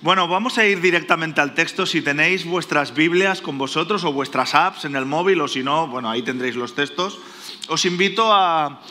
Bueno, vamos a ir directamente al texto. Si tenéis vuestras Biblias con vosotros o vuestras apps en el móvil, o si no, bueno, ahí tendréis los textos. Os invito a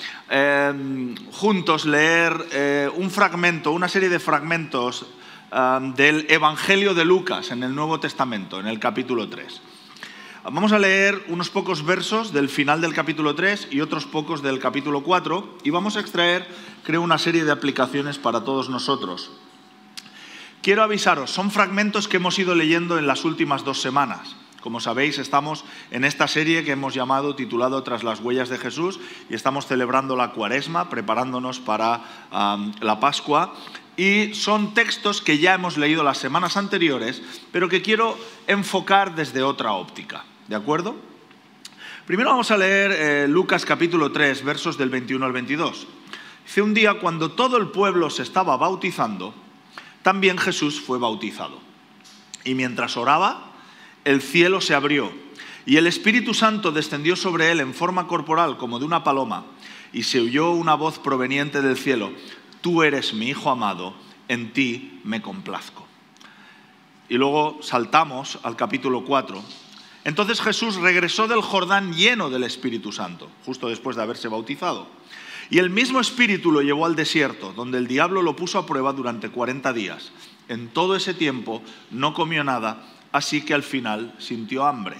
juntos leer un fragmento, una serie de fragmentos del Evangelio de Lucas en el Nuevo Testamento, en el capítulo 3. Vamos a leer unos pocos versos del final del capítulo 3 y otros pocos del capítulo 4 y vamos a extraer, creo, una serie de aplicaciones para todos nosotros. Quiero avisaros, son fragmentos que hemos ido leyendo en las últimas 2 semanas. Como sabéis, estamos en esta serie que hemos titulado Tras las huellas de Jesús y estamos celebrando la Cuaresma, preparándonos para la Pascua. Y son textos que ya hemos leído las semanas anteriores, pero que quiero enfocar desde otra óptica. ¿De acuerdo? Primero vamos a leer Lucas capítulo 3, versos del 21 al 22. Dice: un día, cuando todo el pueblo se estaba bautizando, también Jesús fue bautizado. Y mientras oraba, el cielo se abrió y el Espíritu Santo descendió sobre él en forma corporal como de una paloma, y se oyó una voz proveniente del cielo: tú eres mi Hijo amado, en ti me complazco. Y luego saltamos al capítulo 4. Entonces Jesús regresó del Jordán lleno del Espíritu Santo, justo después de haberse bautizado. Y el mismo Espíritu lo llevó al desierto, donde el diablo lo puso a prueba durante 40 días. En todo ese tiempo no comió nada, así que al final sintió hambre.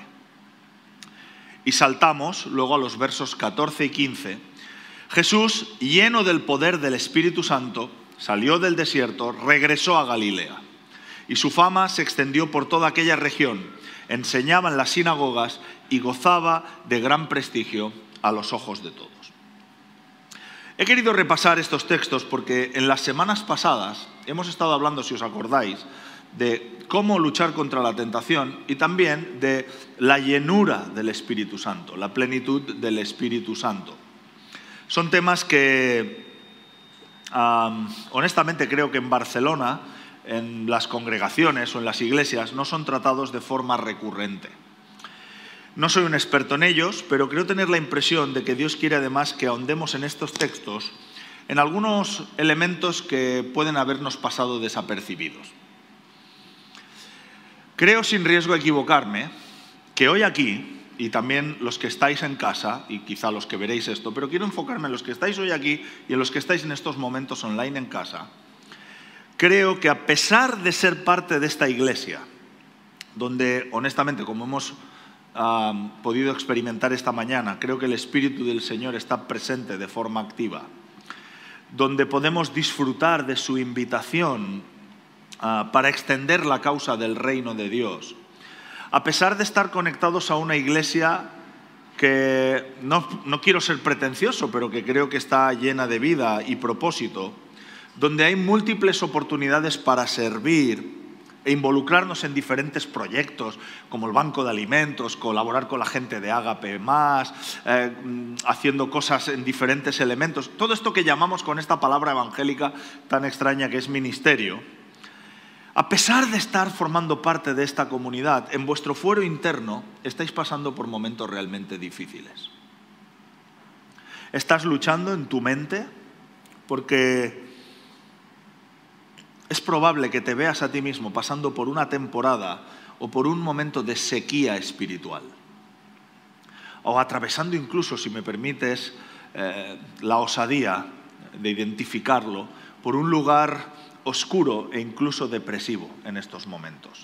Y saltamos luego a los versos 14 y 15. Jesús, lleno del poder del Espíritu Santo, salió del desierto, regresó a Galilea. Y su fama se extendió por toda aquella región. Enseñaba en las sinagogas y gozaba de gran prestigio a los ojos de todos. He querido repasar estos textos porque en las semanas pasadas hemos estado hablando, si os acordáis, de cómo luchar contra la tentación y también de la llenura del Espíritu Santo, la plenitud del Espíritu Santo. Son temas que, honestamente, creo que en Barcelona, en las congregaciones o en las iglesias, no son tratados de forma recurrente. No soy un experto en ellos, pero creo tener la impresión de que Dios quiere además que ahondemos en estos textos en algunos elementos que pueden habernos pasado desapercibidos. Creo, sin riesgo a equivocarme, que hoy aquí, y también los que estáis en casa, y quizá los que veréis esto, pero quiero enfocarme en los que estáis hoy aquí y en los que estáis en estos momentos online en casa, creo que a pesar de ser parte de esta iglesia, donde honestamente, como hemos podido experimentar esta mañana, creo que el Espíritu del Señor está presente de forma activa, donde podemos disfrutar de su invitación para extender la causa del reino de Dios. A pesar de estar conectados a una iglesia que no quiero ser pretencioso, pero que creo que está llena de vida y propósito, donde hay múltiples oportunidades para servir e involucrarnos en diferentes proyectos, como el Banco de Alimentos, colaborar con la gente de Ágape Más, haciendo cosas en diferentes elementos. Todo esto que llamamos con esta palabra evangélica tan extraña que es ministerio. A pesar de estar formando parte de esta comunidad, en vuestro fuero interno estáis pasando por momentos realmente difíciles. Estás luchando en tu mente porque es probable que te veas a ti mismo pasando por una temporada o por un momento de sequía espiritual. O atravesando incluso, si me permites, la osadía de identificarlo, por un lugar oscuro e incluso depresivo en estos momentos.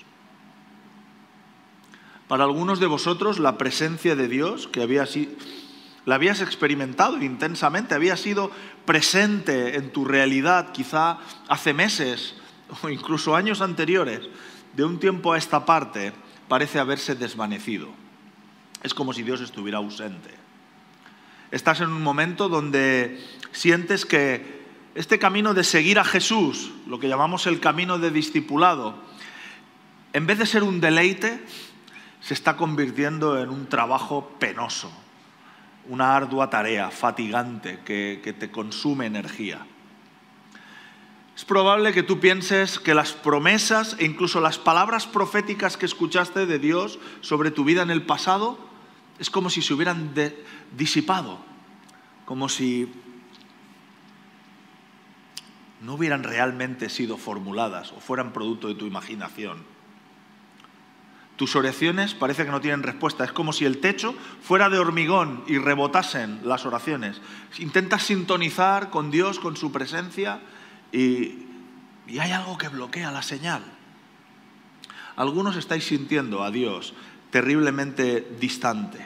Para algunos de vosotros, la presencia de Dios, que la habías experimentado intensamente, había sido presente en tu realidad quizá hace meses o incluso años anteriores, de un tiempo a esta parte parece haberse desvanecido. Es como si Dios estuviera ausente. Estás en un momento donde sientes que este camino de seguir a Jesús, lo que llamamos el camino de discipulado, en vez de ser un deleite, se está convirtiendo en un trabajo penoso, una ardua tarea, fatigante, que te consume energía. Es probable que tú pienses que las promesas e incluso las palabras proféticas que escuchaste de Dios sobre tu vida en el pasado es como si se hubieran disipado, como si no hubieran realmente sido formuladas o fueran producto de tu imaginación. Tus oraciones parece que no tienen respuesta. Es como si el techo fuera de hormigón y rebotasen las oraciones. Intentas sintonizar con Dios, con su presencia, y hay algo que bloquea la señal. Algunos estáis sintiendo a Dios terriblemente distante.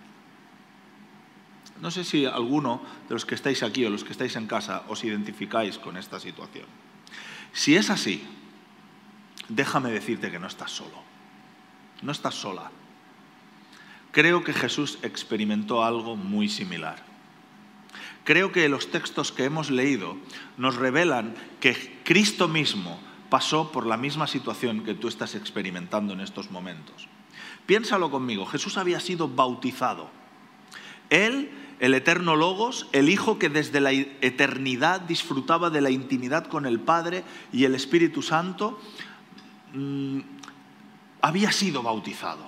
No sé si alguno de los que estáis aquí o los que estáis en casa os identificáis con esta situación. Si es así, déjame decirte que no estás solo. No estás sola. Creo que Jesús experimentó algo muy similar. Creo que los textos que hemos leído nos revelan que Cristo mismo pasó por la misma situación que tú estás experimentando en estos momentos. Piénsalo conmigo, Jesús había sido bautizado. Él, el eterno Logos, el Hijo que desde la eternidad disfrutaba de la intimidad con el Padre y el Espíritu Santo, había sido bautizado.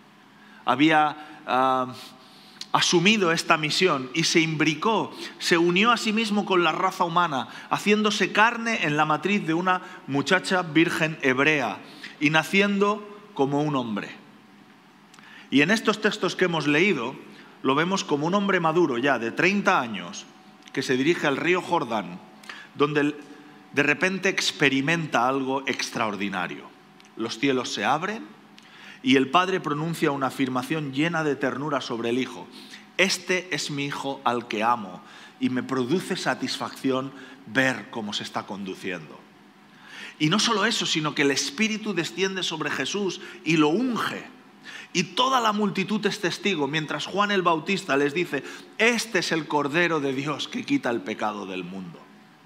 Había asumido esta misión y se imbricó, se unió a sí mismo con la raza humana, haciéndose carne en la matriz de una muchacha virgen hebrea y naciendo como un hombre. Y en estos textos que hemos leído, lo vemos como un hombre maduro ya de 30 años que se dirige al río Jordán, donde de repente experimenta algo extraordinario. Los cielos se abren y el Padre pronuncia una afirmación llena de ternura sobre el Hijo. Este es mi Hijo al que amo y me produce satisfacción ver cómo se está conduciendo. Y no solo eso, sino que el Espíritu desciende sobre Jesús y lo unge. Y toda la multitud es testigo, mientras Juan el Bautista les dice: este es el Cordero de Dios que quita el pecado del mundo.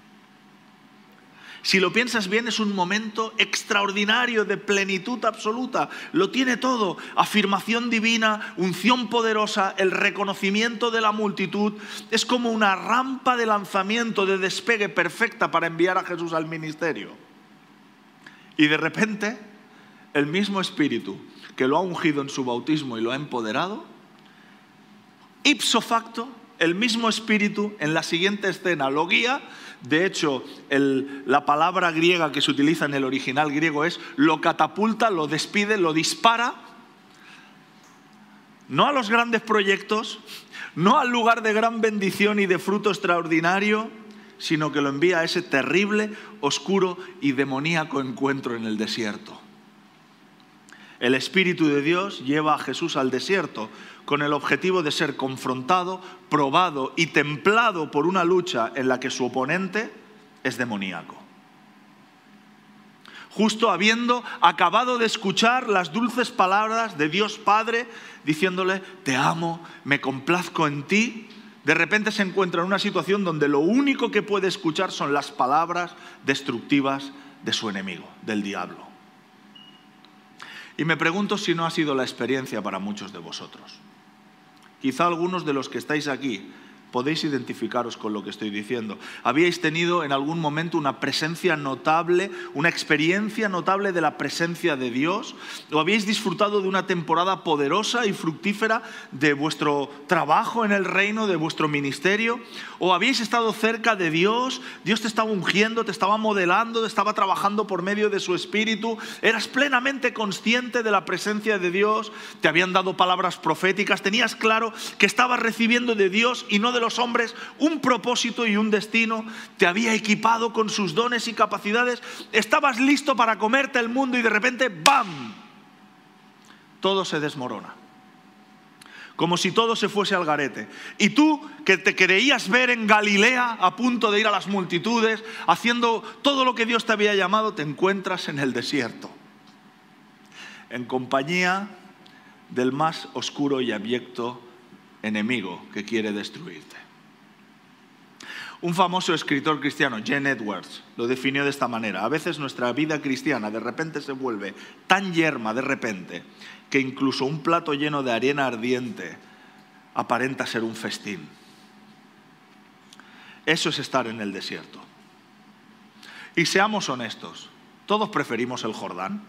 Si lo piensas bien, es un momento extraordinario de plenitud absoluta. Lo tiene todo: afirmación divina, unción poderosa, el reconocimiento de la multitud. Es como una rampa de lanzamiento, de despegue perfecta para enviar a Jesús al ministerio. Y de repente, el mismo Espíritu que lo ha ungido en su bautismo y lo ha empoderado, ipso facto, el mismo Espíritu en la siguiente escena lo guía. De hecho, la palabra griega que se utiliza en el original griego es lo catapulta, lo despide, lo dispara, no a los grandes proyectos, no al lugar de gran bendición y de fruto extraordinario, sino que lo envía a ese terrible, oscuro y demoníaco encuentro en el desierto. El Espíritu de Dios lleva a Jesús al desierto con el objetivo de ser confrontado, probado y templado por una lucha en la que su oponente es demoníaco. Justo habiendo acabado de escuchar las dulces palabras de Dios Padre, diciéndole: te amo, me complazco en ti, de repente se encuentra en una situación donde lo único que puede escuchar son las palabras destructivas de su enemigo, del diablo. Y me pregunto si no ha sido la experiencia para muchos de vosotros. Quizá algunos de los que estáis aquí podéis identificaros con lo que estoy diciendo. Habíais tenido en algún momento una presencia notable, una experiencia notable de la presencia de Dios, o habíais disfrutado de una temporada poderosa y fructífera de vuestro trabajo en el reino, de vuestro ministerio, o habíais estado cerca de Dios, Dios te estaba ungiendo, te estaba modelando, te estaba trabajando por medio de su Espíritu, eras plenamente consciente de la presencia de Dios, te habían dado palabras proféticas, tenías claro que estabas recibiendo de Dios y no de los hombres un propósito y un destino, te había equipado con sus dones y capacidades, estabas listo para comerte el mundo y de repente ¡bam! Todo se desmorona. Como si todo se fuese al garete. Y tú, que te creías ver en Galilea, a punto de ir a las multitudes, haciendo todo lo que Dios te había llamado, te encuentras en el desierto, en compañía del más oscuro y abyecto enemigo que quiere destruirte. Un famoso escritor cristiano, Jen Edwards, lo definió de esta manera: a veces nuestra vida cristiana de repente se vuelve tan yerma de repente que incluso un plato lleno de arena ardiente aparenta ser un festín. Eso es estar en el desierto. Y seamos honestos, todos preferimos el Jordán.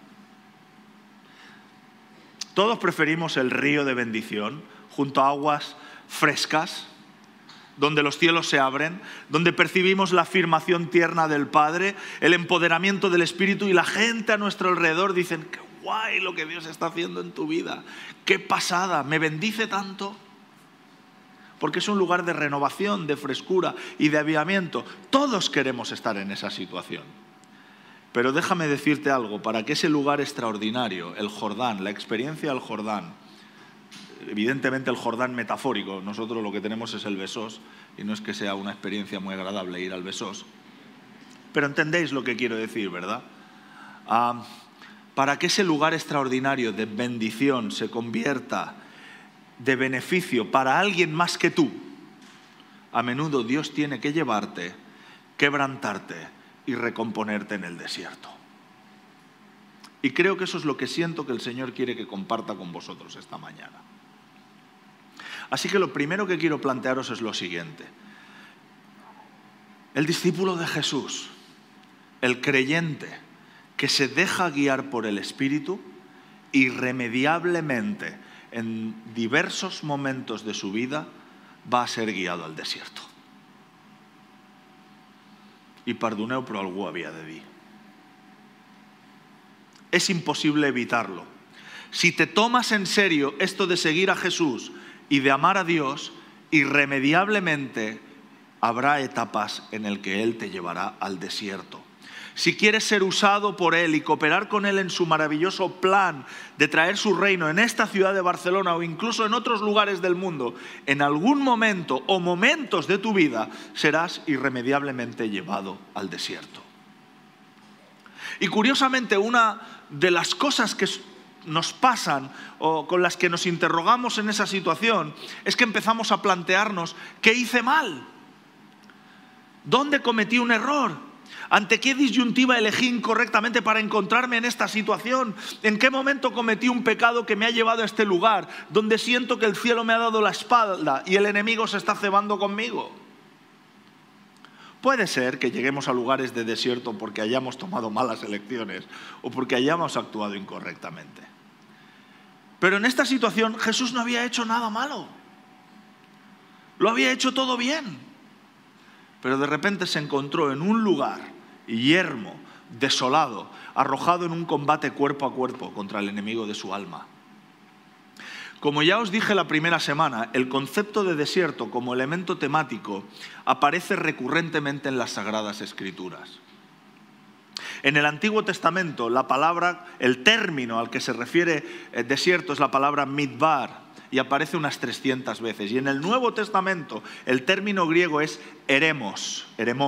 Todos preferimos el río de bendición junto a aguas frescas, donde los cielos se abren, donde percibimos la afirmación tierna del Padre, el empoderamiento del Espíritu y la gente a nuestro alrededor dicen, qué guay lo que Dios está haciendo en tu vida, qué pasada, me bendice tanto. Porque es un lugar de renovación, de frescura y de avivamiento. Todos queremos estar en esa situación. Pero déjame decirte algo, para que ese lugar extraordinario, el Jordán, la experiencia del Jordán, evidentemente el Jordán metafórico, nosotros lo que tenemos es el Besós, y no es que sea una experiencia muy agradable ir al Besós, pero entendéis lo que quiero decir, ¿verdad? Para que ese lugar extraordinario de bendición se convierta de beneficio para alguien más que tú, a menudo Dios tiene que llevarte, quebrantarte y recomponerte en el desierto. Y creo que eso es lo que siento que el Señor quiere que comparta con vosotros esta mañana. Así que lo primero que quiero plantearos es lo siguiente. El discípulo de Jesús, el creyente que se deja guiar por el Espíritu, irremediablemente en diversos momentos de su vida va a ser guiado al desierto. Y perdoneu, però algú havia de dir. Es imposible evitarlo. Si te tomas en serio esto de seguir a Jesús y de amar a Dios, irremediablemente habrá etapas en las que Él te llevará al desierto. Si quieres ser usado por Él y cooperar con Él en su maravilloso plan de traer su reino en esta ciudad de Barcelona o incluso en otros lugares del mundo, en algún momento o momentos de tu vida serás irremediablemente llevado al desierto. Y curiosamente, una de las cosas que nos pasan o con las que nos interrogamos en esa situación es que empezamos a plantearnos ¿qué hice mal? ¿Dónde cometí un error? ¿Ante qué disyuntiva elegí incorrectamente para encontrarme en esta situación? ¿En qué momento cometí un pecado que me ha llevado a este lugar donde siento que el cielo me ha dado la espalda y el enemigo se está cebando conmigo? Puede ser que lleguemos a lugares de desierto porque hayamos tomado malas elecciones o porque hayamos actuado incorrectamente. Pero en esta situación Jesús no había hecho nada malo. Lo había hecho todo bien. Pero de repente se encontró en un lugar yermo, desolado, arrojado en un combate cuerpo a cuerpo contra el enemigo de su alma. Como ya os dije la primera semana, el concepto de desierto como elemento temático aparece recurrentemente en las Sagradas Escrituras. En el Antiguo Testamento, el término al que se refiere desierto es la palabra midbar, y aparece unas 300 veces. Y en el Nuevo Testamento el término griego es eremos,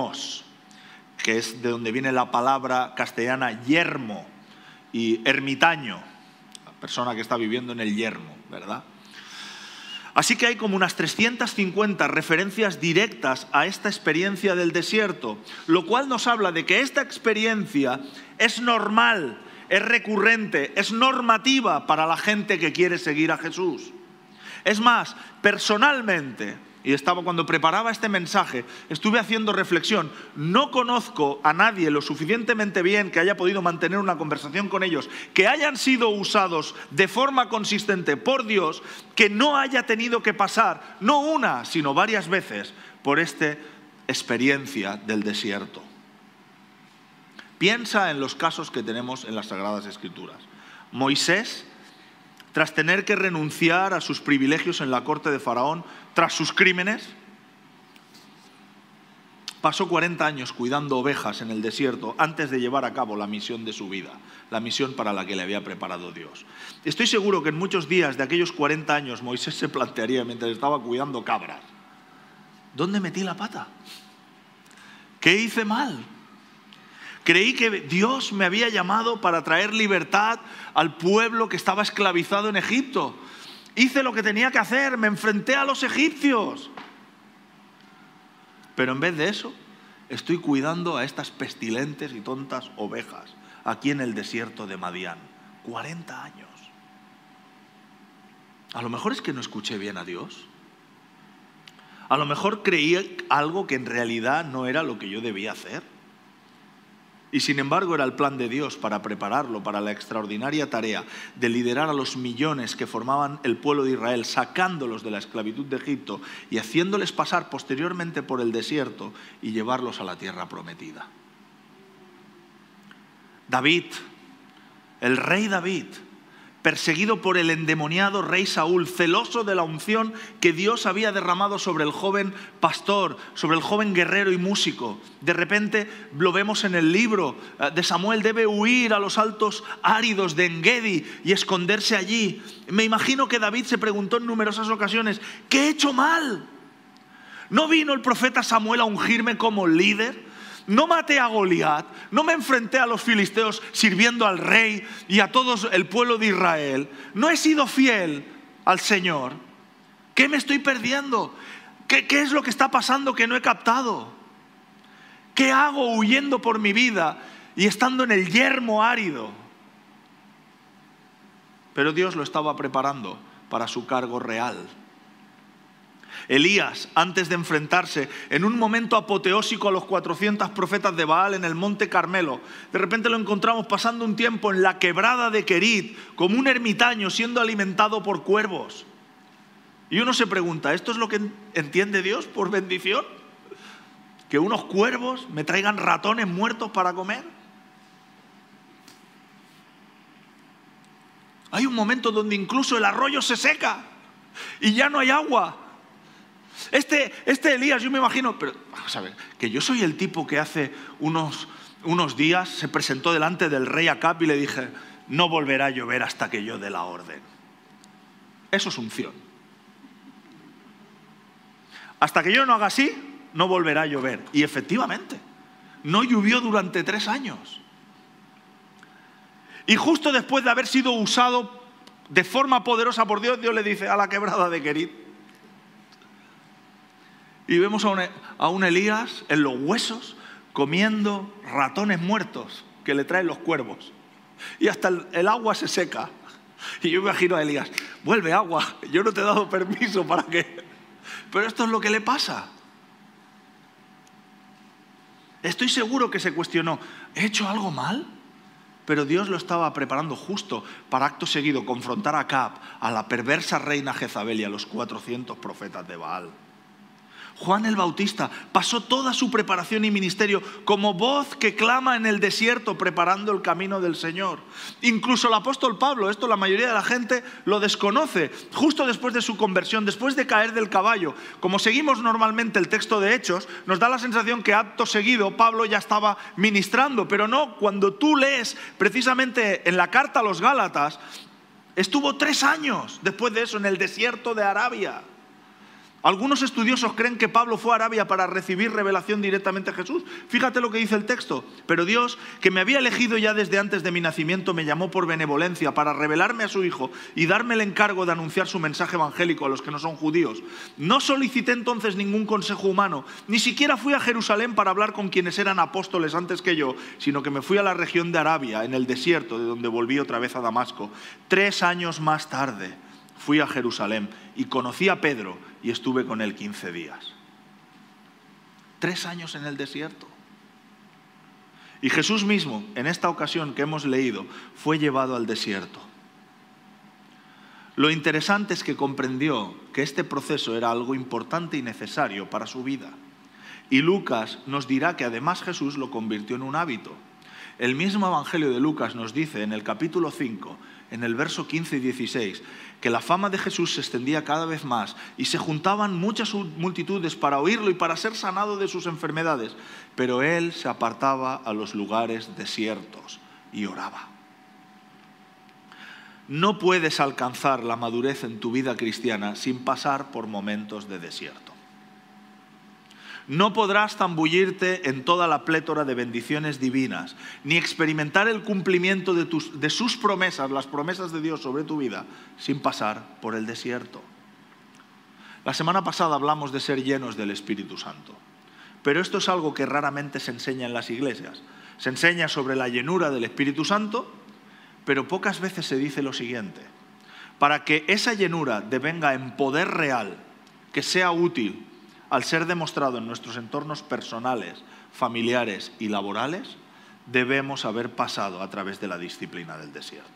que es de donde viene la palabra castellana yermo y ermitaño, la persona que está viviendo en el yermo, ¿verdad? Así que hay como unas 350 referencias directas a esta experiencia del desierto, lo cual nos habla de que esta experiencia es normal, es recurrente, es normativa para la gente que quiere seguir a Jesús. Es más, personalmente, y cuando preparaba este mensaje, estuve haciendo reflexión. No conozco a nadie lo suficientemente bien que haya podido mantener una conversación con ellos, que hayan sido usados de forma consistente por Dios, que no haya tenido que pasar, no una, sino varias veces, por esta experiencia del desierto. Piensa en los casos que tenemos en las Sagradas Escrituras. Moisés, tras tener que renunciar a sus privilegios en la corte de Faraón, tras sus crímenes, pasó 40 años cuidando ovejas en el desierto antes de llevar a cabo la misión de su vida, la misión para la que le había preparado Dios. Estoy seguro que en muchos días de aquellos 40 años Moisés se plantearía, mientras estaba cuidando cabras, ¿dónde metí la pata? ¿Qué hice mal? Creí que Dios me había llamado para traer libertad al pueblo que estaba esclavizado en Egipto. Hice lo que tenía que hacer, me enfrenté a los egipcios. Pero en vez de eso, estoy cuidando a estas pestilentes y tontas ovejas aquí en el desierto de Madián. 40 años. A lo mejor es que no escuché bien a Dios. A lo mejor creí algo que en realidad no era lo que yo debía hacer. Y sin embargo era el plan de Dios para prepararlo para la extraordinaria tarea de liderar a los millones que formaban el pueblo de Israel, sacándolos de la esclavitud de Egipto y haciéndoles pasar posteriormente por el desierto y llevarlos a la tierra prometida. David, el rey David, perseguido por el endemoniado rey Saúl, celoso de la unción que Dios había derramado sobre el joven pastor, sobre el joven guerrero y músico. De repente lo vemos en el libro de Samuel, debe huir a los altos áridos de En-Gedi y esconderse allí. Me imagino que David se preguntó en numerosas ocasiones, ¿qué he hecho mal? ¿No vino el profeta Samuel a ungirme como líder? No maté a Goliat, no me enfrenté a los filisteos sirviendo al rey y a todo el pueblo de Israel. No he sido fiel al Señor. ¿Qué me estoy perdiendo? ¿Qué es lo que está pasando que no he captado? ¿Qué hago huyendo por mi vida y estando en el yermo árido? Pero Dios lo estaba preparando para su cargo real. Elías, antes de enfrentarse en un momento apoteósico a los 400 profetas de Baal en el monte Carmelo, de repente lo encontramos pasando un tiempo en la quebrada de Querit como un ermitaño siendo alimentado por cuervos. Y uno se pregunta, ¿esto es lo que entiende Dios por bendición? ¿Que unos cuervos me traigan ratones muertos para comer? Hay un momento donde incluso el arroyo se seca y ya no hay agua. Este Elías, yo me imagino, pero vamos a ver, que yo soy el tipo que hace unos días se presentó delante del rey Acab y le dije, no volverá a llover hasta que yo dé la orden. Eso es unción. Hasta que yo no haga así, no volverá a llover. Y efectivamente, no llovió durante 3 años. Y justo después de haber sido usado de forma poderosa por Dios, Dios le dice a la quebrada de Querit. Y vemos a un Elías en los huesos comiendo ratones muertos que le traen los cuervos. Y hasta el agua se seca. Y yo me imagino a Elías, vuelve agua, yo no te he dado permiso para que... Pero esto es lo que le pasa. Estoy seguro que se cuestionó, ¿he hecho algo mal? Pero Dios lo estaba preparando justo para acto seguido confrontar a Acab, a la perversa reina Jezabel y a los 400 profetas de Baal. Juan el Bautista pasó toda su preparación y ministerio como voz que clama en el desierto preparando el camino del Señor. Incluso el apóstol Pablo, esto la mayoría de la gente lo desconoce, justo después de su conversión, después de caer del caballo. Como seguimos normalmente el texto de Hechos, nos da la sensación que acto seguido Pablo ya estaba ministrando, pero no, cuando tú lees precisamente en la carta a los Gálatas, estuvo 3 años después de eso en el desierto de Arabia. Algunos estudiosos creen que Pablo fue a Arabia para recibir revelación directamente de Jesús. Fíjate lo que dice el texto. Pero Dios, que me había elegido ya desde antes de mi nacimiento, me llamó por benevolencia para revelarme a su Hijo y darme el encargo de anunciar su mensaje evangélico a los que no son judíos. No solicité entonces ningún consejo humano, ni siquiera fui a Jerusalén para hablar con quienes eran apóstoles antes que yo, sino que me fui a la región de Arabia, en el desierto, de donde volví otra vez a Damasco. 3 años más tarde fui a Jerusalén y conocí a Pedro y estuve con él 15 días. 3 años en el desierto. Y Jesús mismo, en esta ocasión que hemos leído, fue llevado al desierto. Lo interesante es que comprendió que este proceso era algo importante y necesario para su vida. Y Lucas nos dirá que además Jesús lo convirtió en un hábito. El mismo Evangelio de Lucas nos dice en el capítulo 5, en el verso 15 y 16, que la fama de Jesús se extendía cada vez más y se juntaban muchas multitudes para oírlo y para ser sanado de sus enfermedades. Pero él se apartaba a los lugares desiertos y oraba. No puedes alcanzar la madurez en tu vida cristiana sin pasar por momentos de desierto. No podrás zambullirte en toda la plétora de bendiciones divinas, ni experimentar el cumplimiento de sus promesas, las promesas de Dios sobre tu vida, sin pasar por el desierto. La semana pasada hablamos de ser llenos del Espíritu Santo, pero esto es algo que raramente se enseña en las iglesias. Se enseña sobre la llenura del Espíritu Santo, pero pocas veces se dice lo siguiente: para que esa llenura devenga en poder real, que sea útil, al ser demostrado en nuestros entornos personales, familiares y laborales, debemos haber pasado a través de la disciplina del desierto.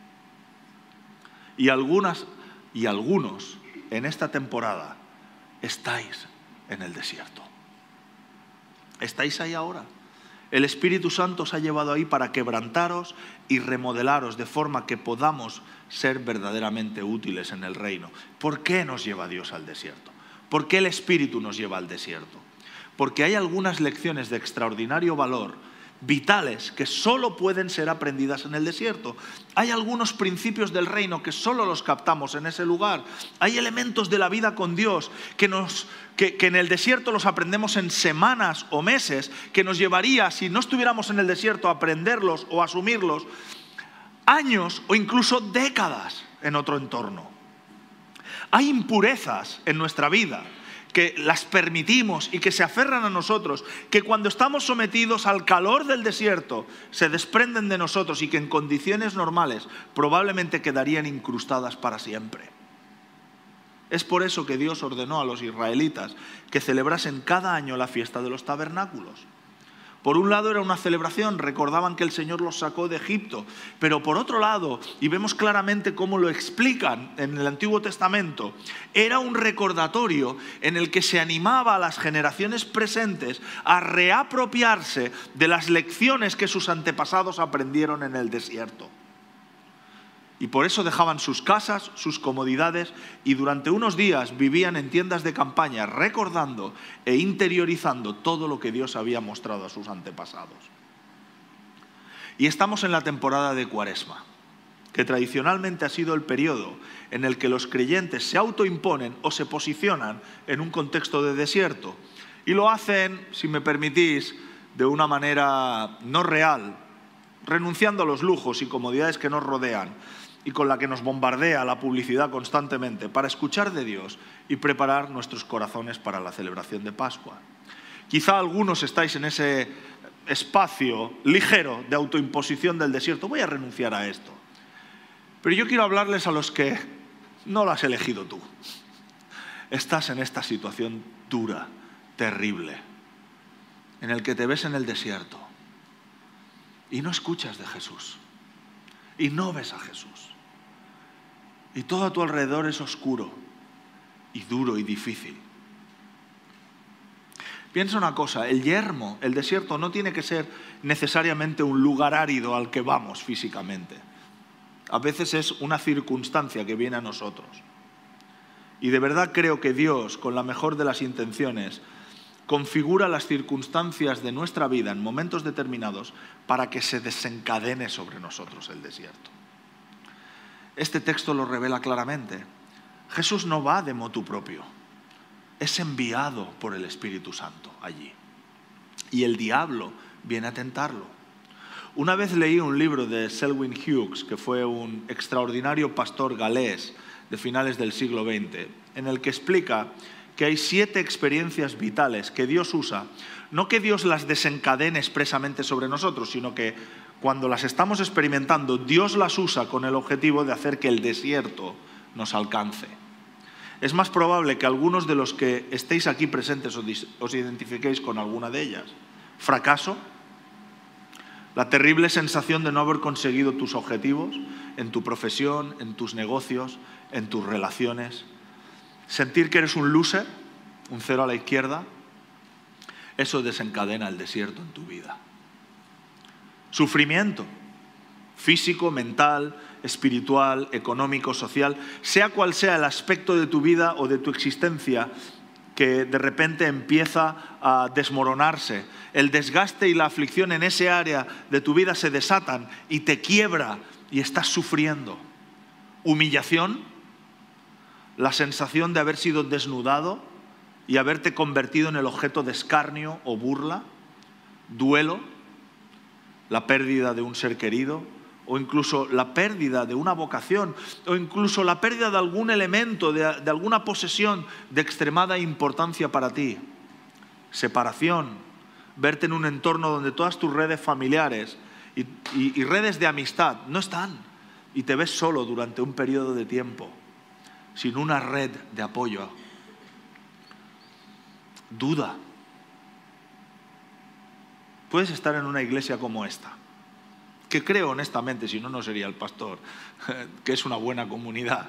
Y algunos en esta temporada estáis en el desierto. Estáis ahí ahora. El Espíritu Santo os ha llevado ahí para quebrantaros y remodelaros de forma que podamos ser verdaderamente útiles en el reino. ¿Por qué nos lleva Dios al desierto? ¿Por qué el Espíritu nos lleva al desierto? Porque hay algunas lecciones de extraordinario valor, vitales, que solo pueden ser aprendidas en el desierto. Hay algunos principios del reino que solo los captamos en ese lugar. Hay elementos de la vida con Dios que en el desierto los aprendemos en semanas o meses, que nos llevaría, si no estuviéramos en el desierto, a aprenderlos o asumirlos, años o incluso décadas en otro entorno. Hay impurezas en nuestra vida que las permitimos y que se aferran a nosotros, que cuando estamos sometidos al calor del desierto se desprenden de nosotros y que en condiciones normales probablemente quedarían incrustadas para siempre. Es por eso que Dios ordenó a los israelitas que celebrasen cada año la fiesta de los tabernáculos. Por un lado era una celebración, recordaban que el Señor los sacó de Egipto, pero por otro lado, y vemos claramente cómo lo explican en el Antiguo Testamento, era un recordatorio en el que se animaba a las generaciones presentes a reapropiarse de las lecciones que sus antepasados aprendieron en el desierto. Y por eso dejaban sus casas, sus comodidades, y durante unos días vivían en tiendas de campaña recordando e interiorizando todo lo que Dios había mostrado a sus antepasados. Y estamos en la temporada de Cuaresma, que tradicionalmente ha sido el periodo en el que los creyentes se autoimponen o se posicionan en un contexto de desierto. Y lo hacen, si me permitís, de una manera no real, renunciando a los lujos y comodidades que nos rodean, y con la que nos bombardea la publicidad constantemente, para escuchar de Dios y preparar nuestros corazones para la celebración de Pascua. Quizá algunos estáis en ese espacio ligero de autoimposición del desierto. Voy a renunciar a esto. Pero yo quiero hablarles a los que no lo has elegido tú. Estás en esta situación dura, terrible, en el que te ves en el desierto y no escuchas de Jesús y no ves a Jesús. Y todo a tu alrededor es oscuro y duro y difícil. Piensa una cosa, el yermo, el desierto no tiene que ser necesariamente un lugar árido al que vamos físicamente. A veces es una circunstancia que viene a nosotros. Y de verdad creo que Dios, con la mejor de las intenciones, configura las circunstancias de nuestra vida en momentos determinados para que se desencadene sobre nosotros el desierto. Este texto lo revela claramente. Jesús no va de motu propio, es enviado por el Espíritu Santo allí. Y el diablo viene a tentarlo. Una vez leí un libro de Selwyn Hughes, que fue un extraordinario pastor galés de finales del siglo XX, en el que explica que hay 7 experiencias vitales que Dios usa, no que Dios las desencadene expresamente sobre nosotros, sino que cuando las estamos experimentando, Dios las usa con el objetivo de hacer que el desierto nos alcance. Es más probable que algunos de los que estéis aquí presentes os identifiquéis con alguna de ellas. Fracaso, la terrible sensación de no haber conseguido tus objetivos en tu profesión, en tus negocios, en tus relaciones. Sentir que eres un loser, un cero a la izquierda, eso desencadena el desierto en tu vida. Sufrimiento físico, mental, espiritual, económico, social, sea cual sea el aspecto de tu vida o de tu existencia que de repente empieza a desmoronarse. El desgaste y la aflicción en ese área de tu vida se desatan y te quiebra y estás sufriendo. Humillación, la sensación de haber sido desnudado y haberte convertido en el objeto de escarnio o burla. Duelo, la pérdida de un ser querido, o incluso la pérdida de una vocación, o incluso la pérdida de algún elemento, de alguna posesión de extremada importancia para ti. Separación, verte en un entorno donde todas tus redes familiares y redes de amistad no están, y te ves solo durante un periodo de tiempo, sin una red de apoyo. Duda. puedes estar en una iglesia como esta, que creo honestamente, si no, no sería el pastor, que es una buena comunidad.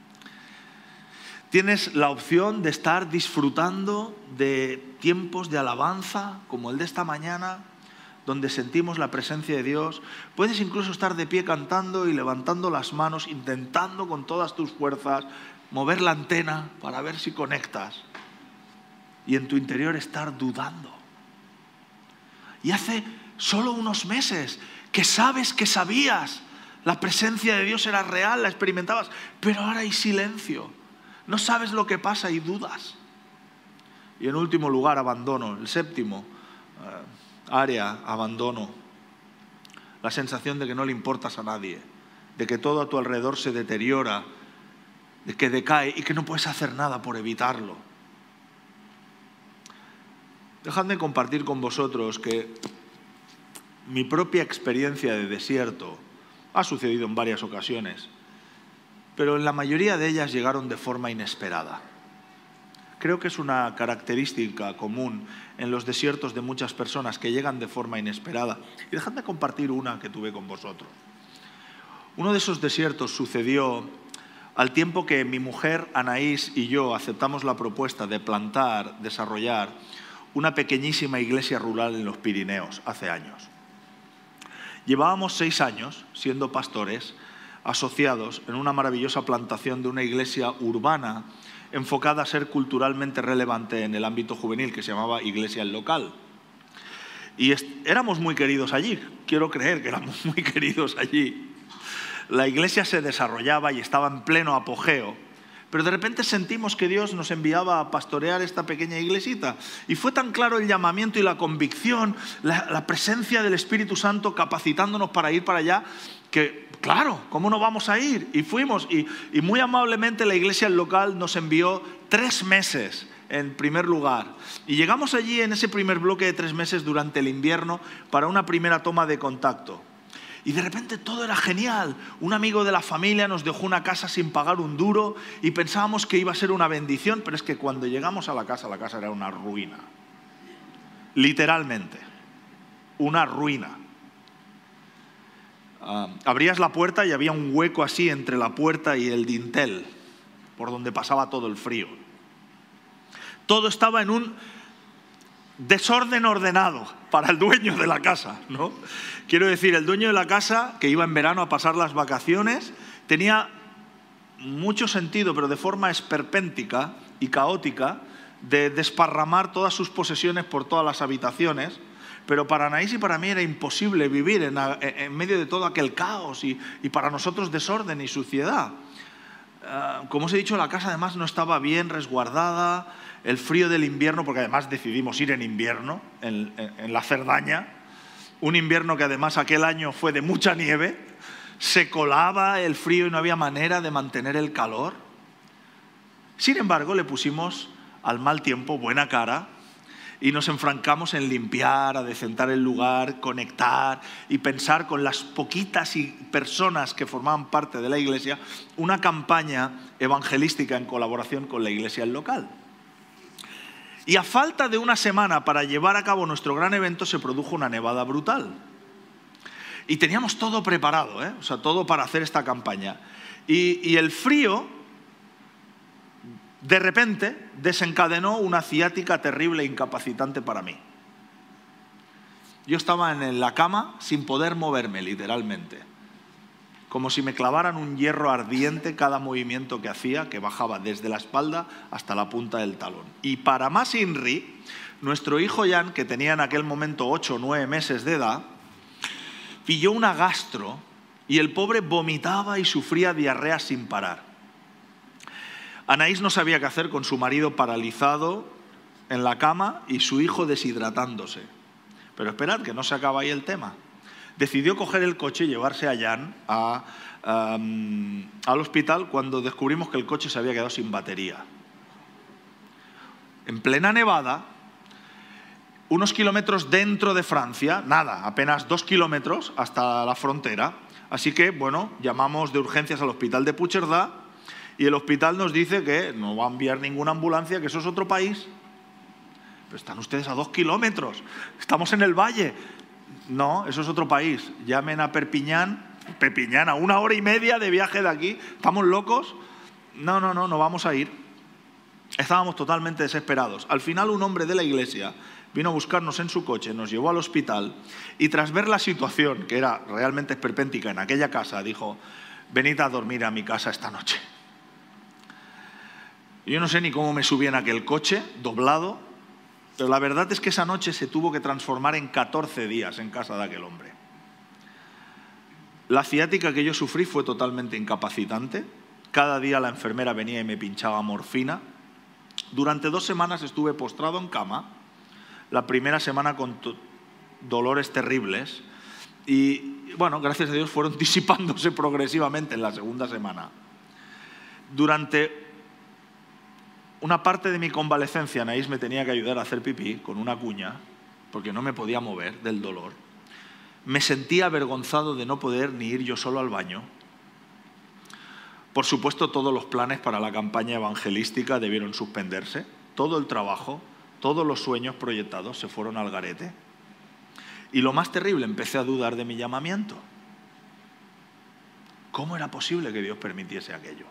Tienes la opción de estar disfrutando de tiempos de alabanza, como el de esta mañana, donde sentimos la presencia de Dios. Puedes incluso estar de pie cantando y levantando las manos, intentando con todas tus fuerzas mover la antena para ver si conectas. Y en tu interior estar dudando. Y hace solo unos meses que sabías, la presencia de Dios era real, la experimentabas, pero ahora hay silencio. No sabes lo que pasa y dudas. Y en último lugar, abandono. El séptimo área, abandono. La sensación de que no le importas a nadie, de que todo a tu alrededor se deteriora, de que decae y que no puedes hacer nada por evitarlo. Dejadme compartir con vosotros que mi propia experiencia de desierto ha sucedido en varias ocasiones, pero en la mayoría de ellas llegaron de forma inesperada. Creo que es una característica común en los desiertos de muchas personas que llegan de forma inesperada. Y dejadme compartir una que tuve con vosotros. Uno de esos desiertos sucedió al tiempo que mi mujer Anaís y yo aceptamos la propuesta de plantar, desarrollar una pequeñísima iglesia rural en los Pirineos hace años. Llevábamos 6 años siendo pastores asociados en una maravillosa plantación de una iglesia urbana enfocada a ser culturalmente relevante en el ámbito juvenil, que se llamaba Iglesia El Local. Y éramos muy queridos allí, quiero creer que éramos muy queridos allí. La iglesia se desarrollaba y estaba en pleno apogeo, pero de repente sentimos que Dios nos enviaba a pastorear esta pequeña iglesita. Y fue tan claro el llamamiento y la convicción, la presencia del Espíritu Santo capacitándonos para ir para allá, que claro, ¿cómo no vamos a ir? Y fuimos, y muy amablemente la iglesia local nos envió 3 meses en primer lugar. Y llegamos allí en ese primer bloque de 3 meses durante el invierno para una primera toma de contacto. Y de repente todo era genial. Un amigo de la familia nos dejó una casa sin pagar un duro y pensábamos que iba a ser una bendición, pero es que cuando llegamos a la casa era una ruina. Literalmente, una ruina. Abrías la puerta y había un hueco así entre la puerta y el dintel, por donde pasaba todo el frío. Todo estaba en un desorden ordenado para el dueño de la casa, ¿no? Quiero decir, el dueño de la casa, que iba en verano a pasar las vacaciones, tenía mucho sentido, pero de forma esperpéntica y caótica, de desparramar todas sus posesiones por todas las habitaciones. Pero para Anaís y para mí era imposible vivir en medio de todo aquel caos y para nosotros desorden y suciedad. Como os he dicho, la casa además no estaba bien resguardada, el frío del invierno, porque además decidimos ir en invierno, en la Cerdaña, un invierno que además aquel año fue de mucha nieve, se colaba el frío y no había manera de mantener el calor. Sin embargo, le pusimos al mal tiempo buena cara y nos enfrancamos en limpiar, adecentar el lugar, conectar y pensar con las poquitas personas que formaban parte de la iglesia una campaña evangelística en colaboración con la iglesia local. Y a falta de una semana para llevar a cabo nuestro gran evento se produjo una nevada brutal. Y teníamos todo preparado, o sea, todo para hacer esta campaña. Y el frío, de repente, desencadenó una ciática terrible e incapacitante para mí. Yo estaba en la cama sin poder moverme, literalmente. Como si me clavaran un hierro ardiente cada movimiento que hacía, que bajaba desde la espalda hasta la punta del talón. Y para más inri, nuestro hijo Jan, que tenía en aquel momento 8 o 9 meses de edad, pilló una gastro y el pobre vomitaba y sufría diarrea sin parar. Anaís no sabía qué hacer con su marido paralizado en la cama y su hijo deshidratándose. Pero esperad, que no se acaba ahí el tema. Decidió coger el coche y llevarse a Jan al hospital cuando descubrimos que el coche se había quedado sin batería. En plena nevada, unos kilómetros dentro de Francia, nada, apenas 2 kilómetros hasta la frontera. Así que, bueno, llamamos de urgencias al hospital de Puigcerdà y el hospital nos dice que no va a enviar ninguna ambulancia, que eso es otro país. Pero están ustedes a 2 kilómetros, estamos en el valle. No, eso es otro país. Llamen a Perpiñán, a 1 hora y media de viaje de aquí. ¿Estamos locos? No vamos a ir. Estábamos totalmente desesperados. Al final un hombre de la iglesia vino a buscarnos en su coche, nos llevó al hospital y tras ver la situación, que era realmente esperpéntica en aquella casa, dijo: venid a dormir a mi casa esta noche. Yo no sé ni cómo me subí en aquel coche, doblado, pero la verdad es que esa noche se tuvo que transformar en 14 días en casa de aquel hombre. La ciática que yo sufrí fue totalmente incapacitante. Cada día la enfermera venía y me pinchaba morfina. Durante 2 semanas estuve postrado en cama. La primera semana con dolores terribles y, bueno, gracias a Dios fueron disipándose progresivamente en la segunda semana. Durante una parte de mi convalecencia, Anaís me tenía que ayudar a hacer pipí con una cuña, porque no me podía mover del dolor. Me sentía avergonzado de no poder ni ir yo solo al baño. Por supuesto, todos los planes para la campaña evangelística debieron suspenderse. Todo el trabajo, todos los sueños proyectados se fueron al garete. Y lo más terrible, empecé a dudar de mi llamamiento. ¿Cómo era posible que Dios permitiese aquello?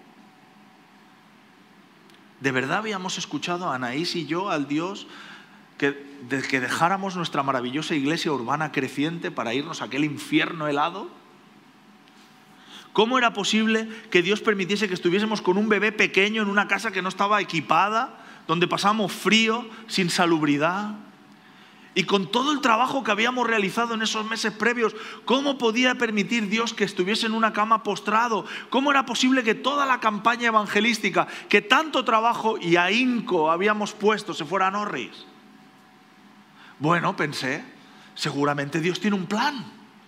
¿De verdad habíamos escuchado a Anaís y yo al Dios que dejáramos nuestra maravillosa iglesia urbana creciente para irnos a aquel infierno helado? ¿Cómo era posible que Dios permitiese que estuviésemos con un bebé pequeño en una casa que no estaba equipada, donde pasamos frío, sin salubridad? Y con todo el trabajo que habíamos realizado en esos meses previos, ¿cómo podía permitir Dios que estuviese en una cama postrado? ¿Cómo era posible que toda la campaña evangelística, que tanto trabajo y ahínco habíamos puesto, se fuera a Norris? Bueno, pensé, seguramente Dios tiene un plan,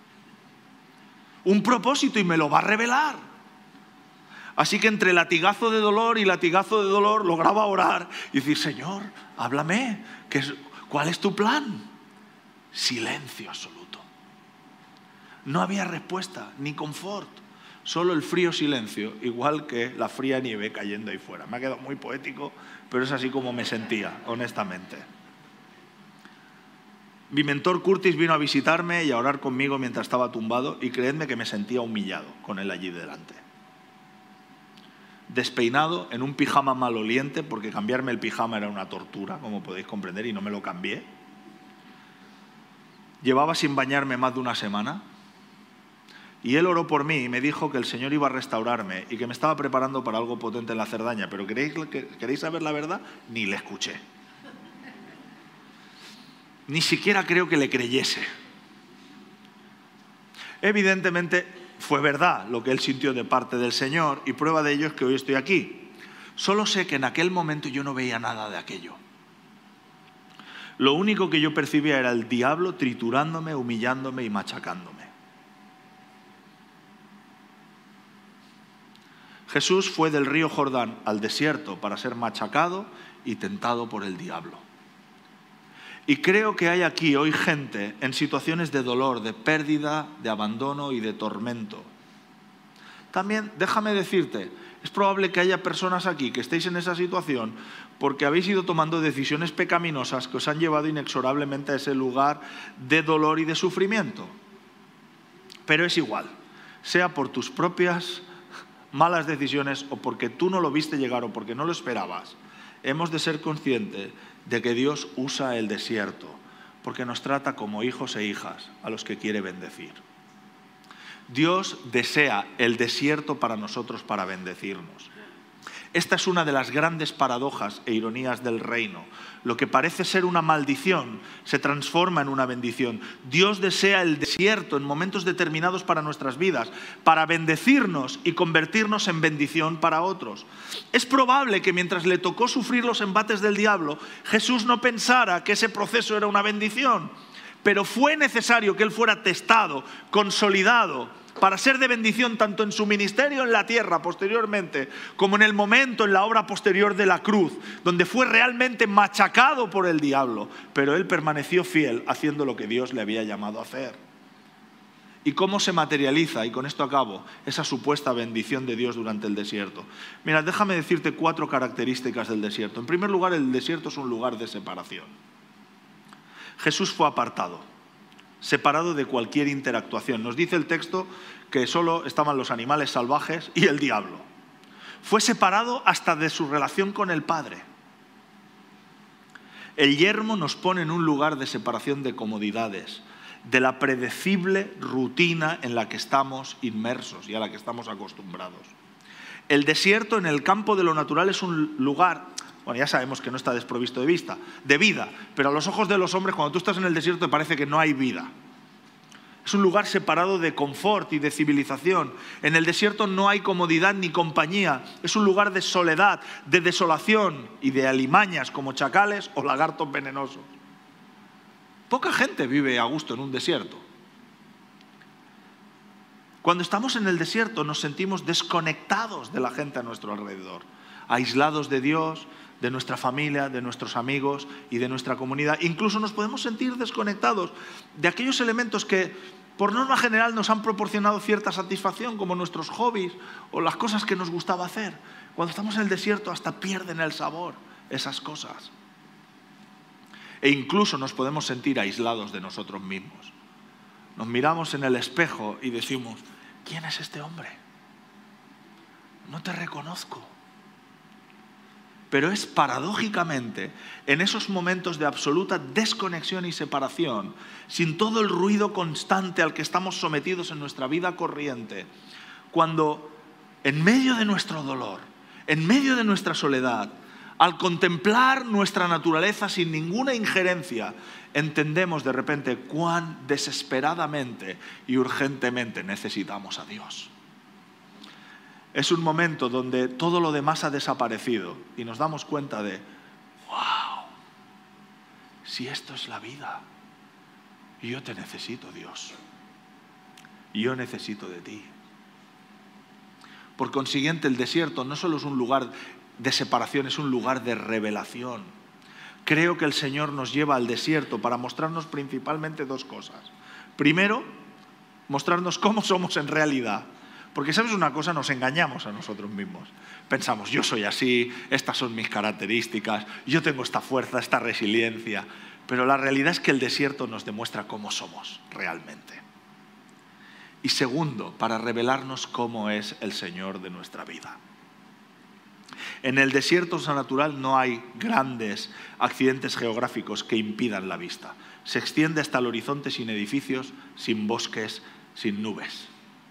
un propósito y me lo va a revelar. Así que entre latigazo de dolor y latigazo de dolor lograba orar y decir: Señor, háblame, ¿cuál es tu plan? Silencio absoluto. No había respuesta ni confort, solo el frío silencio, igual que la fría nieve cayendo ahí fuera. Me ha quedado muy poético, pero es así como me sentía, honestamente. Mi mentor Curtis vino a visitarme y a orar conmigo mientras estaba tumbado y creedme que me sentía humillado con él allí delante. Despeinado, en un pijama maloliente, porque cambiarme el pijama era una tortura, como podéis comprender, y no me lo cambié. Llevaba sin bañarme más de 1 semana y él oró por mí y me dijo que el Señor iba a restaurarme y que me estaba preparando para algo potente en la Cerdaña. Pero ¿queréis saber la verdad? Ni le escuché. Ni siquiera creo que le creyese. Evidentemente fue verdad lo que él sintió de parte del Señor y prueba de ello es que hoy estoy aquí. Solo sé que en aquel momento yo no veía nada de aquello. Lo único que yo percibía era el diablo triturándome, humillándome y machacándome. Jesús fue del río Jordán al desierto para ser machacado y tentado por el diablo. Y creo que hay aquí hoy gente en situaciones de dolor, de pérdida, de abandono y de tormento. También, déjame decirte, es probable que haya personas aquí que estéis en esa situación porque habéis ido tomando decisiones pecaminosas que os han llevado inexorablemente a ese lugar de dolor y de sufrimiento. Pero es igual, sea por tus propias malas decisiones o porque tú no lo viste llegar o porque no lo esperabas, hemos de ser conscientes de que Dios usa el desierto porque nos trata como hijos e hijas a los que quiere bendecir. Dios desea el desierto para nosotros para bendecirnos. Esta es una de las grandes paradojas e ironías del reino. Lo que parece ser una maldición se transforma en una bendición. Dios desea el desierto en momentos determinados para nuestras vidas, para bendecirnos y convertirnos en bendición para otros. Es probable que mientras le tocó sufrir los embates del diablo, Jesús no pensara que ese proceso era una bendición, pero fue necesario que él fuera testado, consolidado, para ser de bendición tanto en su ministerio en la tierra posteriormente, como en el momento, en la obra posterior de la cruz, donde fue realmente machacado por el diablo, pero él permaneció fiel haciendo lo que Dios le había llamado a hacer. ¿Y cómo se materializa, y con esto acabo, esa supuesta bendición de Dios durante el desierto? Mira, déjame decirte 4 características del desierto. En primer lugar, el desierto es un lugar de separación. Jesús fue apartado, separado de cualquier interactuación. Nos dice el texto que solo estaban los animales salvajes y el diablo. Fue separado hasta de su relación con el Padre. El yermo nos pone en un lugar de separación de comodidades, de la predecible rutina en la que estamos inmersos y a la que estamos acostumbrados. El desierto en el campo de lo natural es un lugar, bueno, ya sabemos que no está desprovisto de vida, pero a los ojos de los hombres, cuando tú estás en el desierto, te parece que no hay vida. Es un lugar separado de confort y de civilización. En el desierto no hay comodidad ni compañía. Es un lugar de soledad, de desolación y de alimañas como chacales o lagartos venenosos. Poca gente vive a gusto en un desierto. Cuando estamos en el desierto nos sentimos desconectados de la gente a nuestro alrededor, aislados de Dios, de nuestra familia, de nuestros amigos y de nuestra comunidad. Incluso nos podemos sentir desconectados de aquellos elementos que, por norma general, nos han proporcionado cierta satisfacción, como nuestros hobbies o las cosas que nos gustaba hacer. Cuando estamos en el desierto hasta pierden el sabor esas cosas. E incluso nos podemos sentir aislados de nosotros mismos. Nos miramos en el espejo y decimos, ¿quién es este hombre? No te reconozco. Pero es paradójicamente en esos momentos de absoluta desconexión y separación, sin todo el ruido constante al que estamos sometidos en nuestra vida corriente, cuando en medio de nuestro dolor, en medio de nuestra soledad, al contemplar nuestra naturaleza sin ninguna injerencia, entendemos de repente cuán desesperadamente y urgentemente necesitamos a Dios. Es un momento donde todo lo demás ha desaparecido y nos damos cuenta de, wow, si esto es la vida, yo te necesito, Dios. Yo necesito de ti. Por consiguiente, el desierto no solo es un lugar de separación, es un lugar de revelación. Creo que el Señor nos lleva al desierto para mostrarnos principalmente dos cosas. Primero, mostrarnos cómo somos en realidad. Porque, ¿sabes una cosa? Nos engañamos a nosotros mismos. Pensamos, yo soy así, estas son mis características, yo tengo esta fuerza, esta resiliencia. Pero la realidad es que el desierto nos demuestra cómo somos realmente. Y segundo, para revelarnos cómo es el Señor de nuestra vida. En el desierto natural no hay grandes accidentes geográficos que impidan la vista. Se extiende hasta el horizonte sin edificios, sin bosques, sin nubes.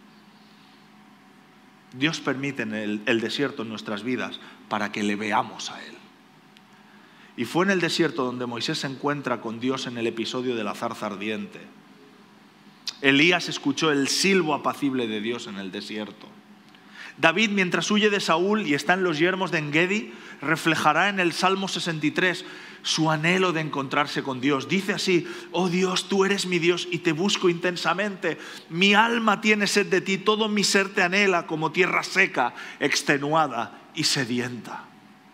Dios permite el desierto en nuestras vidas para que le veamos a Él. Y fue en el desierto donde Moisés se encuentra con Dios en el episodio de la zarza ardiente. Elías escuchó el silbo apacible de Dios en el desierto. David, mientras huye de Saúl y está en los yermos de En-Gedi, reflejará en el Salmo 63 su anhelo de encontrarse con Dios. Dice así, oh Dios, tú eres mi Dios y te busco intensamente. Mi alma tiene sed de ti, todo mi ser te anhela como tierra seca, extenuada y sedienta.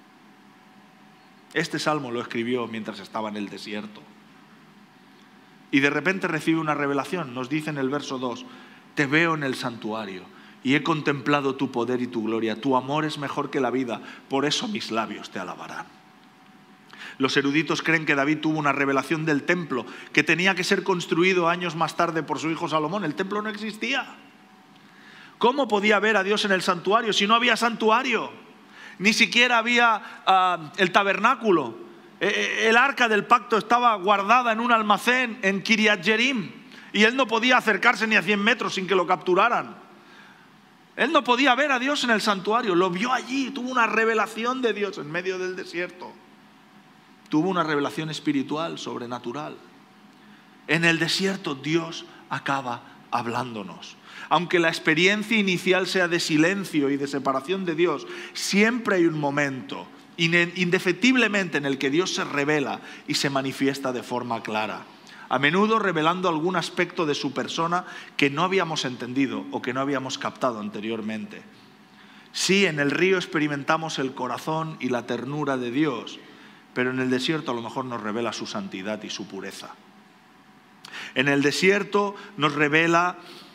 Este salmo lo escribió mientras estaba en el desierto. Y de repente recibe una revelación. Nos dice en el verso 2, te veo en el santuario y he contemplado tu poder y tu gloria. Tu amor es mejor que la vida, por eso mis labios te alabarán. Los eruditos creen que David tuvo una revelación del templo que tenía que ser construido años más tarde por su hijo Salomón. El templo no existía. ¿Cómo podía ver a Dios en el santuario si no había santuario? Ni siquiera había el tabernáculo. El arca del pacto estaba guardada en un almacén en Kiriat Jearim y él no podía acercarse ni a 100 metros sin que lo capturaran. Él no podía ver a Dios en el santuario, lo vio allí, tuvo una revelación de Dios en medio del desierto. Tuvo una revelación espiritual, sobrenatural. En el desierto Dios acaba hablándonos. Aunque la experiencia inicial sea de silencio y de separación de Dios, siempre hay un momento, indefectiblemente, en el que Dios se revela y se manifiesta de forma clara. A menudo revelando algún aspecto de su persona que no habíamos entendido o que no habíamos captado anteriormente. Sí, en el río experimentamos el corazón y la ternura de Dios, pero en el desierto a lo mejor nos revela su santidad y su pureza. En el desierto nos revela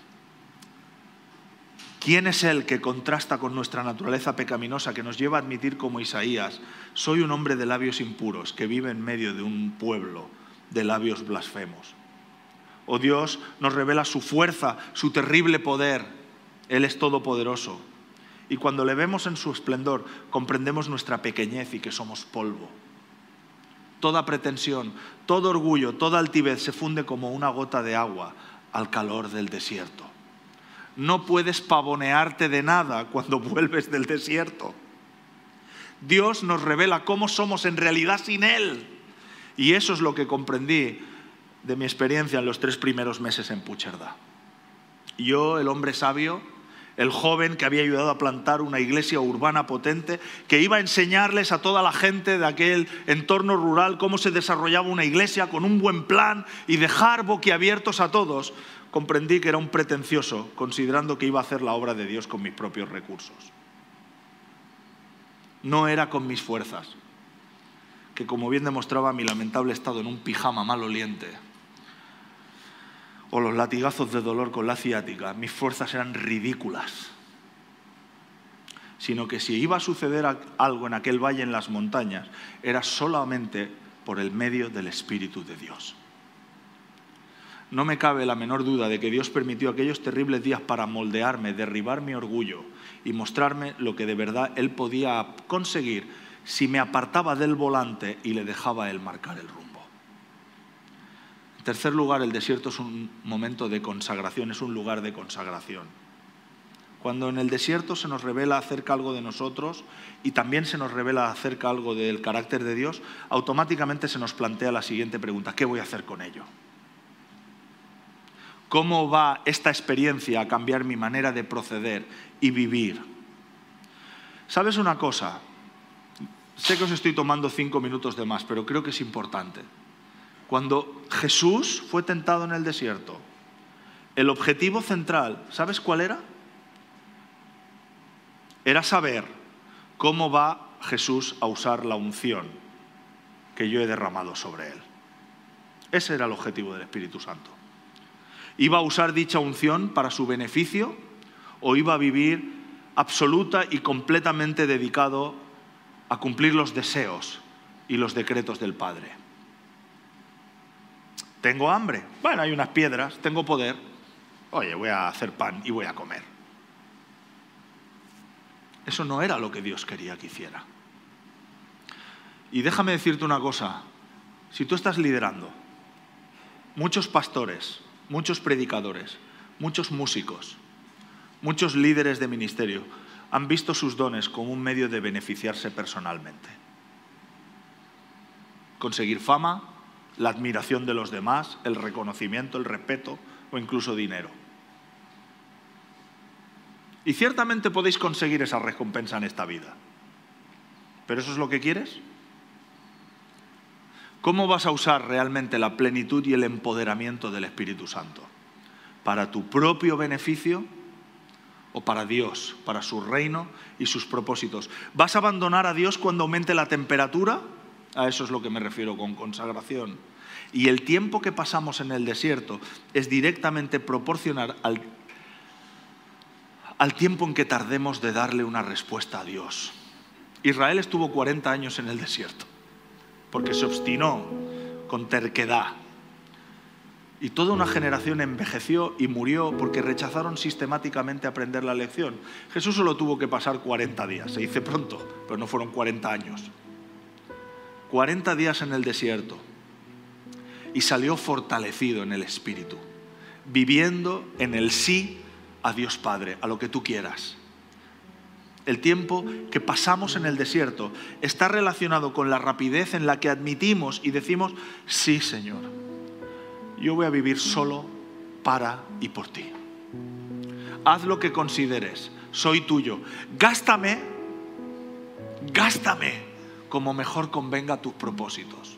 quién es Él que contrasta con nuestra naturaleza pecaminosa, que nos lleva a admitir como Isaías, soy un hombre de labios impuros que vive en medio de un pueblo de labios blasfemos. Oh Dios nos revela su fuerza, su terrible poder. Él es todopoderoso. Y cuando le vemos en su esplendor, comprendemos nuestra pequeñez y que somos polvo. Toda pretensión, todo orgullo, toda altivez se funde como una gota de agua al calor del desierto. No puedes pavonearte de nada cuando vuelves del desierto. Dios nos revela cómo somos en realidad sin Él. Y eso es lo que comprendí de mi experiencia en los 3 primeros meses en Puigcerdá. Yo, el hombre sabio, el joven que había ayudado a plantar una iglesia urbana potente, que iba a enseñarles a toda la gente de aquel entorno rural cómo se desarrollaba una iglesia con un buen plan y dejar boquiabiertos a todos, comprendí que era un pretencioso, considerando que iba a hacer la obra de Dios con mis propios recursos. No era con mis fuerzas, que como bien demostraba mi lamentable estado en un pijama maloliente, o los latigazos de dolor con la ciática, mis fuerzas eran ridículas. Sino que si iba a suceder algo en aquel valle en las montañas, era solamente por el medio del Espíritu de Dios. No me cabe la menor duda de que Dios permitió aquellos terribles días para moldearme, derribar mi orgullo y mostrarme lo que de verdad Él podía conseguir si me apartaba del volante y le dejaba a Él marcar el rumbo. En tercer lugar, el desierto es un momento de consagración, es un lugar de consagración. Cuando en el desierto se nos revela acerca algo de nosotros y también se nos revela acerca algo del carácter de Dios, automáticamente se nos plantea la siguiente pregunta: ¿qué voy a hacer con ello? ¿Cómo va esta experiencia a cambiar mi manera de proceder y vivir? ¿Sabes una cosa? Sé que os estoy tomando 5 minutos de más, pero creo que es importante. Cuando Jesús fue tentado en el desierto, el objetivo central, ¿sabes cuál era? Era saber cómo va Jesús a usar la unción que yo he derramado sobre Él. Ese era el objetivo del Espíritu Santo. ¿Iba a usar dicha unción para su beneficio o iba a vivir absoluta y completamente dedicado a cumplir los deseos y los decretos del Padre? ¿Tengo hambre? Bueno, hay unas piedras. ¿Tengo poder? Oye, voy a hacer pan y voy a comer. Eso no era lo que Dios quería que hiciera. Y déjame decirte una cosa. Si tú estás liderando, muchos pastores, muchos predicadores, muchos músicos, muchos líderes de ministerio han visto sus dones como un medio de beneficiarse personalmente. Conseguir fama, la admiración de los demás, el reconocimiento, el respeto o incluso dinero. Y ciertamente podéis conseguir esa recompensa en esta vida. ¿Pero eso es lo que quieres? ¿Cómo vas a usar realmente la plenitud y el empoderamiento del Espíritu Santo? ¿Para tu propio beneficio o para Dios, para su reino y sus propósitos? ¿Vas a abandonar a Dios cuando aumente la temperatura? A eso es lo que me refiero con consagración. Y el tiempo que pasamos en el desierto es directamente proporcional al tiempo en que tardemos de darle una respuesta a Dios. Israel estuvo 40 años en el desierto porque se obstinó con terquedad. Y toda una generación envejeció y murió porque rechazaron sistemáticamente aprender la lección. Jesús solo tuvo que pasar 40 días, se dice pronto, pero no fueron 40 años. 40 días en el desierto y salió fortalecido en el Espíritu, viviendo en el sí a Dios Padre, a lo que tú quieras. El tiempo que pasamos en el desierto está relacionado con la rapidez en la que admitimos y decimos: sí, Señor, yo voy a vivir solo para y por ti. Haz lo que consideres, soy tuyo. Gástame como mejor convenga a tus propósitos.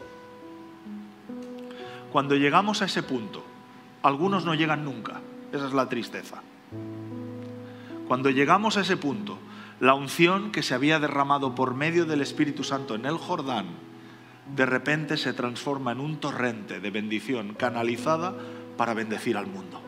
Cuando llegamos a ese punto, algunos no llegan nunca, esa es la tristeza. Cuando llegamos a ese punto, la unción que se había derramado por medio del Espíritu Santo en el Jordán, de repente se transforma en un torrente de bendición canalizada para bendecir al mundo.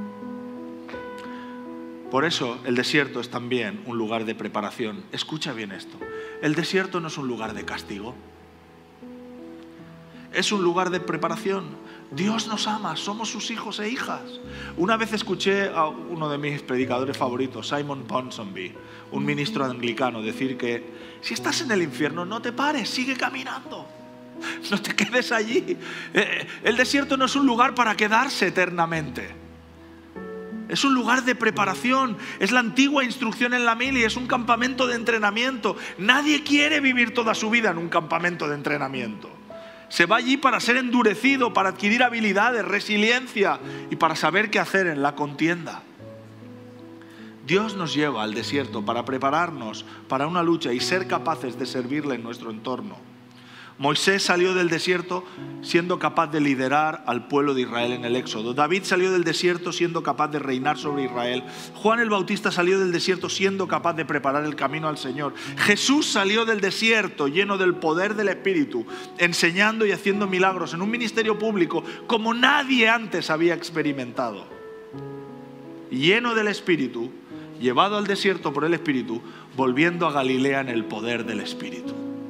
Por eso el desierto es también un lugar de preparación. Escucha bien esto. El desierto no es un lugar de castigo. es un lugar de preparación. Dios nos ama, somos sus hijos e hijas. Una vez escuché a uno de mis predicadores favoritos, Simon Ponsonby, un ministro anglicano, decir que si estás en el infierno no te pares, sigue caminando. No te quedes allí. El desierto no es un lugar para quedarse eternamente. Es un lugar de preparación. Es la antigua instrucción en la mili. Es un campamento de entrenamiento. Nadie quiere vivir toda su vida en un campamento de entrenamiento. Se va allí para ser endurecido, para adquirir habilidades, resiliencia y para saber qué hacer en la contienda. Dios nos lleva al desierto para prepararnos para una lucha y ser capaces de servirle en nuestro entorno. Moisés salió del desierto siendo capaz de liderar al pueblo de Israel en el Éxodo. David salió del desierto siendo capaz de reinar sobre Israel. Juan el Bautista salió del desierto siendo capaz de preparar el camino al Señor. Jesús salió del desierto lleno del poder del Espíritu, enseñando y haciendo milagros en un ministerio público como nadie antes había experimentado. Lleno del Espíritu, llevado al desierto por el Espíritu, volviendo a Galilea en el poder del Espíritu.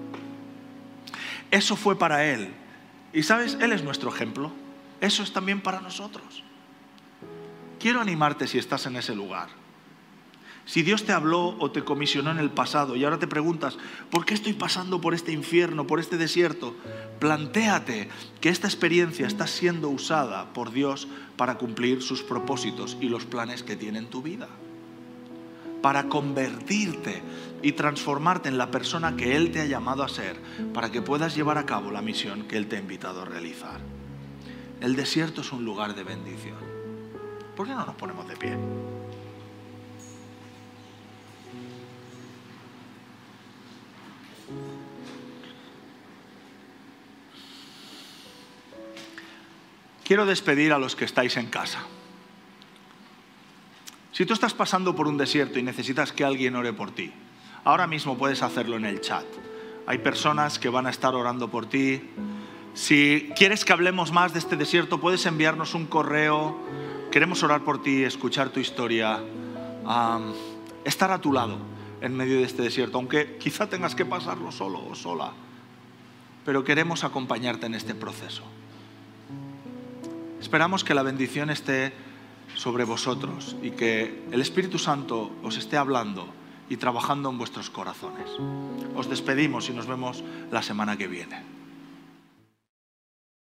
Eso fue para Él. Y ¿sabes? Él es nuestro ejemplo. Eso es también para nosotros. Quiero animarte si estás en ese lugar. Si Dios te habló o te comisionó en el pasado y ahora te preguntas, ¿por qué estoy pasando por este infierno, por este desierto? Plantéate que esta experiencia está siendo usada por Dios para cumplir sus propósitos y los planes que tiene en tu vida. Para convertirte y transformarte en la persona que Él te ha llamado a ser, para que puedas llevar a cabo la misión que Él te ha invitado a realizar. El desierto es un lugar de bendición. ¿Por qué no nos ponemos de pie? Quiero despedir a los que estáis en casa. Si tú estás pasando por un desierto y necesitas que alguien ore por ti, ahora mismo puedes hacerlo en el chat. Hay personas que van a estar orando por ti. Si quieres que hablemos más de este desierto, puedes enviarnos un correo. Queremos orar por ti, escuchar tu historia, estar a tu lado en medio de este desierto, aunque quizá tengas que pasarlo solo o sola. Pero queremos acompañarte en este proceso. Esperamos que la bendición esté sobre vosotros y que el Espíritu Santo os esté hablando y trabajando en vuestros corazones. Os despedimos y nos vemos la semana que viene.